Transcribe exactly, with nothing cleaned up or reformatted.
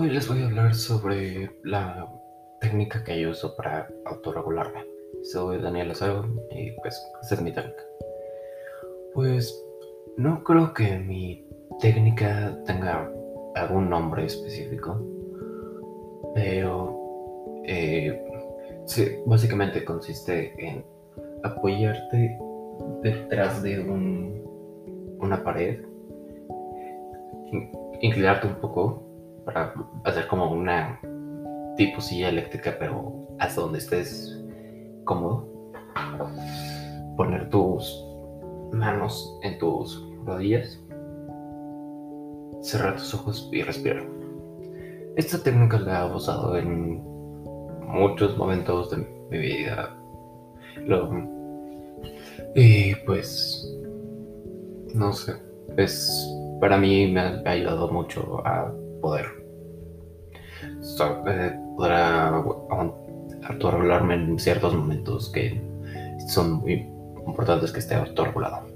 Hoy les voy a hablar sobre la técnica que yo uso para autorregularme. Soy Daniel Lazaro y pues esa es mi técnica. Pues no creo que mi técnica tenga algún nombre específico, pero eh, sí, básicamente consiste en apoyarte detrás de un, una pared, in- inclinarte un poco para hacer como una tipo silla eléctrica, pero hasta donde estés cómodo. Poner tus manos en tus rodillas, cerrar tus ojos y respirar. Esta técnica la he usado en muchos momentos de mi vida. Lo, y pues, no sé, es, para mí me ha ayudado mucho a poder, so, eh, poder autorregularme en ciertos momentos que son muy importantes que esté autorregulado.